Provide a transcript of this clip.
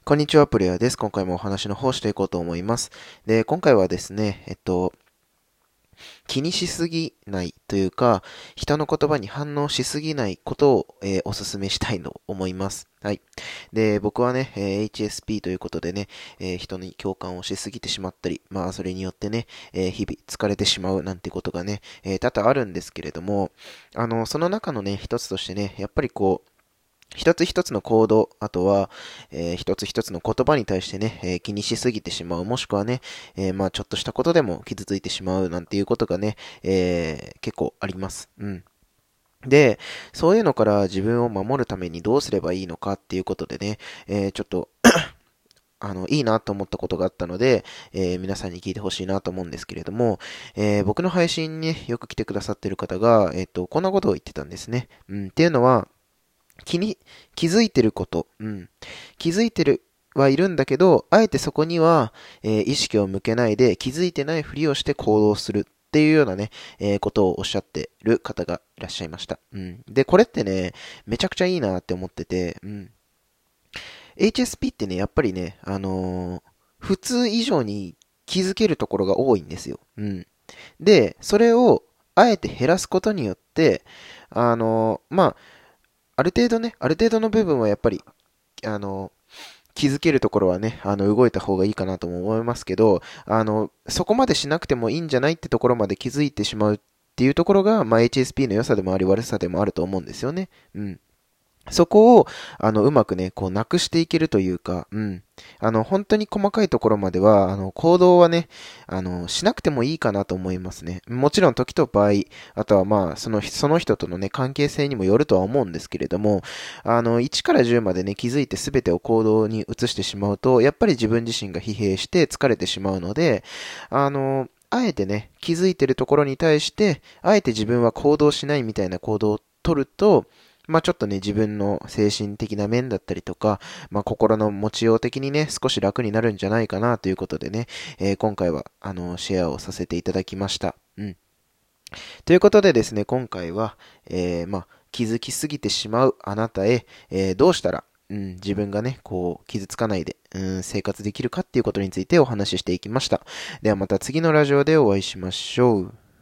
こんにちは、プレイヤーです。今回もお話の方していこうと思います。で、今回はですね、気にしすぎないというか、人の言葉に反応しすぎないことを、お勧めしたいと思います。はい。で、僕はね、HSP ということでね、人に共感をしすぎてしまったり、まあ、それによってね、日々疲れてしまうなんてことがね、多々あるんですけれども、その中のね、一つとしてね、やっぱり一つ一つの行動、あとは、一つ一つの言葉に対してね、気にしすぎてしまう、もしくはね、まあちょっとしたことでも傷ついてしまうなんていうことがね、結構あります。うん。で、そういうのから自分を守るためにどうすればいいのかっていうことでね、ちょっといいなと思ったことがあったので、皆さんに聞いてほしいなと思うんですけれども、僕の配信にね、よく来てくださってる方が、こんなことを言ってたんですね。うん、っていうのは、気づいてること、うん。気づいてるはいるんだけど、あえてそこには、意識を向けないで気づいてないふりをして行動するっていうようなね、ことをおっしゃってる方がいらっしゃいました。うん。で、これってね、めちゃくちゃいいなって思ってて、うん。HSP ってね、やっぱりね、普通以上に気づけるところが多いんですよ。うん。で、それをあえて減らすことによって、まあ、ある程度の部分はやっぱり、あの、気づけるところはね、動いた方がいいかなとも思いますけど、そこまでしなくてもいいんじゃないってところまで気づいてしまうっていうところが、まあ、HSP の良さでもあり悪さでもあると思うんですよね。うん。そこを、うまくね、こう、なくしていけるというか、うん。本当に細かいところまでは、行動はね、しなくてもいいかなと思いますね。もちろん時と場合、あとはまあ、その人とのね、関係性にもよるとは思うんですけれども、1から10までね、気づいて全てを行動に移してしまうと、やっぱり自分自身が疲弊して疲れてしまうので、あえてね、気づいてるところに対して、あえて自分は行動しないみたいな行動を取ると、まあちょっとね、自分の精神的な面だったりとか、まあ心の持ちよう的にね、少し楽になるんじゃないかなということでね、今回は、シェアをさせていただきました。うん。ということでですね、今回は、まあ気づきすぎてしまうあなたへ、どうしたら、うん、自分がね、こう、傷つかないで、うん、生活できるかっていうことについてお話ししていきました。ではまた次のラジオでお会いしましょう。